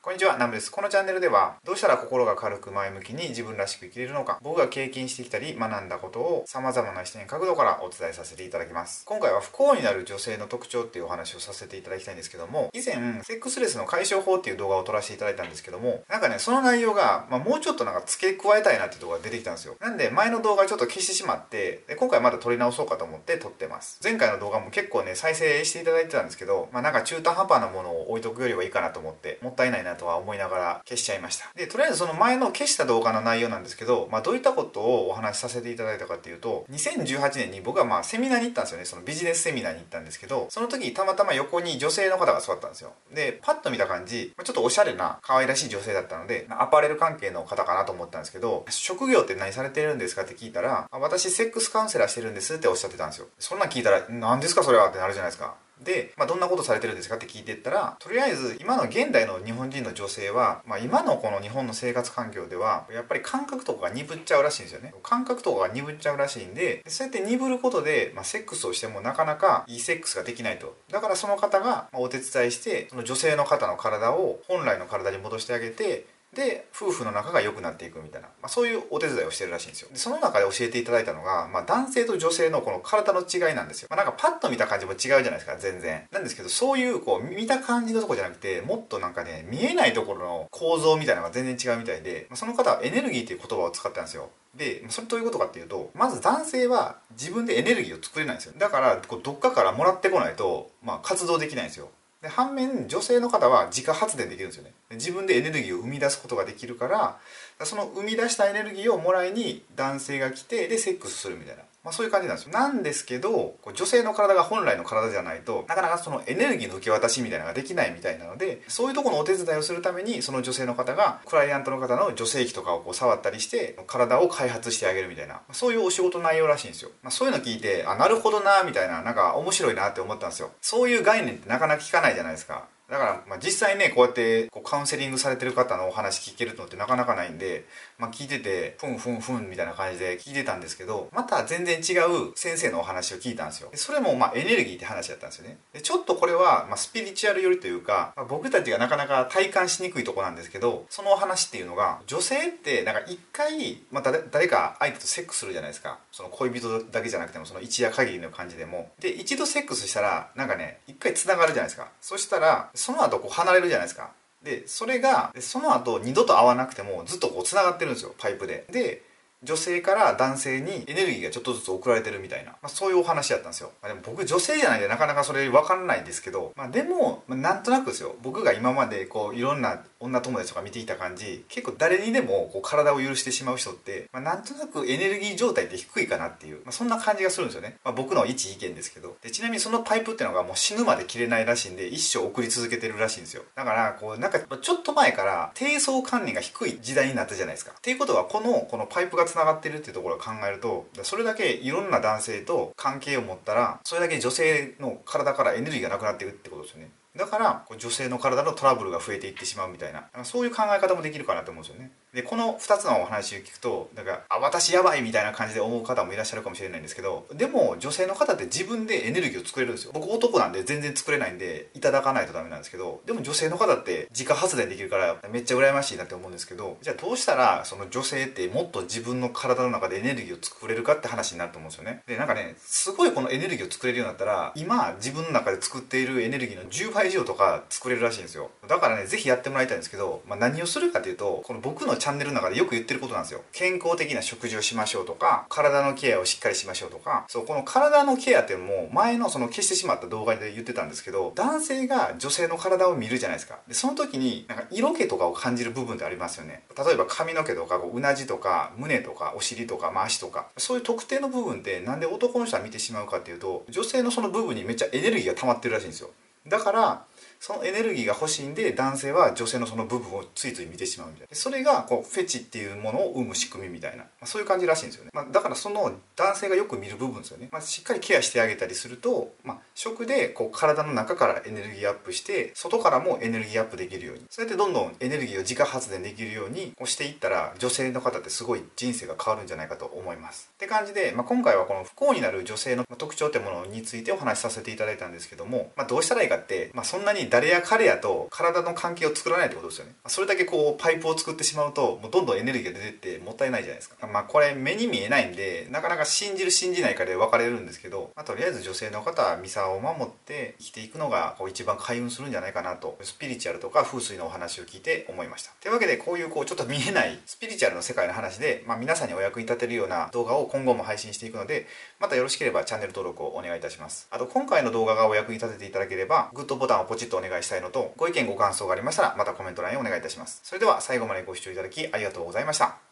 こんにちは、ナムです。このチャンネルでは、どうしたら心が軽く前向きに自分らしく生きれるのか、僕が経験してきたり学んだことを様々な視点角度からお伝えさせていただきます。今回は不幸になる女性の特徴っていうお話をさせていただきたいんですけども、以前、セックスレスの解消法っていう動画を撮らせていただいたんですけども、その内容が、もうちょっと付け加えたいなっていうところが出てきたんですよ。なんで、前の動画ちょっと消してしまって、で今回また撮り直そうかと思って撮ってます。前回の動画も結構ね、再生していただいてたんですけど、中途半端なものを置いとくよりはいいかなと思って、もったいないなとは思いながら消しちゃいました。で、とりあえずその前の消した動画の内容なんですけど、どういったことをお話しさせていただいたかっていうと、2018年に僕はセミナーに行ったんですよね。そのビジネスセミナーに行ったんですけど、その時たまたま横に女性の方が座ったんですよ。で、パッと見た感じ、ちょっとおしゃれな可愛らしい女性だったので、アパレル関係の方かなと思ったんですけど、職業って何されてるんですかって聞いたら、私セックスカウンセラーしてるんですっておっしゃってたんですよ。そんなん聞いたら、何ですかそれはってなるじゃないですか。で、どんなことされてるんですかって聞いていったら、とりあえず今の現代の日本人の女性は、今のこの日本の生活環境ではやっぱり感覚とかが鈍っちゃうらしいんですよね。感覚とかが鈍っちゃうらしいんで、そうやって鈍ることで、セックスをしてもなかなかいいセックスができないと。だからその方がお手伝いして、その女性の方の体を本来の体に戻してあげて、で夫婦の仲が良くなっていくみたいな、そういうお手伝いをしてるらしいんですよ。でその中で教えていただいたのが、男性と女性のこの体の違いなんですよ。パッと見た感じも違うじゃないですか、全然。なんですけど、そういう見た感じのとこじゃなくて、もっと見えないところの構造みたいなのが全然違うみたいで、その方はエネルギーという言葉を使ったんですよ。で、それどういうことかっていうと、まず男性は自分でエネルギーを作れないんですよ。だからどっかからもらってこないと、活動できないんですよ。で反面女性の方は自家発電できるんですよね。自分でエネルギーを生み出すことができるから、その生み出したエネルギーをもらいに男性が来て、でセックスするみたいな、そういう感じなんですよ。なんですけど、女性の体が本来の体じゃないとなかなかそのエネルギーの受け渡しみたいなのができないみたいなので、そういうところのお手伝いをするために、その女性の方がクライアントの方の女性器とかを触ったりして体を開発してあげるみたいな、そういうお仕事内容らしいんですよ。そういうの聞いて、なるほどなみたいな、面白いなって思ったんですよ。そういう概念ってなかなか聞かないじゃないですか。だから実際ね、こうやってカウンセリングされてる方のお話聞けるのってなかなかないんで、聞いててふんふんふんみたいな感じで聞いてたんですけど、また全然違う先生のお話を聞いたんですよ。それもエネルギーって話だったんですよね。でちょっとこれはスピリチュアル寄りというか、僕たちがなかなか体感しにくいとこなんですけど、そのお話っていうのが、女性って一回誰か相手とセックスするじゃないですか。その恋人だけじゃなくても、その一夜限りの感じでも、で一度セックスしたら一回つながるじゃないですか。そしたらその後離れるじゃないですか。でそれがその後二度と会わなくてもずっとつながってるんですよ、パイプで。で女性から男性にエネルギーがちょっとずつ送られてるみたいな、そういうお話だったんですよ。でも僕女性じゃないんでなかなかそれ分からないんですけど、でも、なんとなくですよ、僕が今までいろんな女友達とか見てきた感じ、結構誰にでも体を許してしまう人って、なんとなくエネルギー状態って低いかなっていう、そんな感じがするんですよね。僕の一意見ですけど。でちなみにそのパイプっていうのがもう死ぬまで切れないらしいんで、一生送り続けてるらしいんですよ。だからちょっと前から低層観念が低い時代になったじゃないですか。っていうことはこのパイプがつながってるっていうところを考えると、それだけいろんな男性と関係を持ったら、それだけ女性の体からエネルギーがなくなっていくってことですよね。だから女性の体のトラブルが増えていってしまうみたいな、そういう考え方もできるかなと思うんですよね。でこの2つのお話を聞くと、私やばいみたいな感じで思う方もいらっしゃるかもしれないんですけど、でも女性の方って自分でエネルギーを作れるんですよ。僕男なんで全然作れないんでいただかないとダメなんですけど、でも女性の方って自家発電できるからめっちゃ羨ましいなって思うんですけど、じゃあどうしたらその女性ってもっと自分の体の中でエネルギーを作れるかって話になると思うんですよね。ですごいこのエネルギーを作れるようになったら、今自分の中で作っているエネルギーの10倍以上とか作れるらしいんですよ。だからね、ぜひやってもらいたいんですけど、何をするかというと、この僕のチャンネルの中でよく言ってることなんですよ。健康的な食事をしましょうとか、体のケアをしっかりしましょうとか。この体のケアってもう前の消してしまった動画で言ってたんですけど、男性が女性の体を見るじゃないですか。でその時に色気とかを感じる部分ってありますよね。例えば髪の毛とかうなじとか胸とかお尻とか足とか、そういう特定の部分ってなんで男の人は見てしまうかっていうと、女性のその部分にめっちゃエネルギーが溜まってるらしいんですよ。だからそのエネルギーが欲しいんで、男性は女性のその部分をついつい見てしまうみたいな。それがフェチっていうものを生む仕組みみたいな、そういう感じらしいんですよね。だからその男性がよく見る部分ですよね。しっかりケアしてあげたりすると、食で体の中からエネルギーアップして、外からもエネルギーアップできるように、そうやってどんどんエネルギーを自家発電できるようにしていったら、女性の方ってすごい人生が変わるんじゃないかと思いますって感じで、今回はこの不幸になる女性の特徴ってものについてお話しさせていただいたんですけども、どうしたらいいかって、そんなに誰や彼やと体の関係を作らないってことですよね。それだけこうパイプを作ってしまうと、もうどんどんエネルギーが出てってもったいないじゃないですか。これ目に見えないんで、なかなか信じる信じないかで分かれるんですけど、とりあえず女性の方はミサを守って生きていくのがこう一番開運するんじゃないかなと、スピリチュアルとか風水のお話を聞いて思いました。というわけで、こういうちょっと見えないスピリチュアルの世界の話で、皆さんにお役に立てるような動画を今後も配信していくので、またよろしければチャンネル登録をお願いいたします。あと、今回の動画がお役に立てていただければグッドボタンをポチッとお願いしたいのと、ご意見ご感想がありましたらまたコメント欄へお願いいたします。それでは最後までご視聴いただきありがとうございました。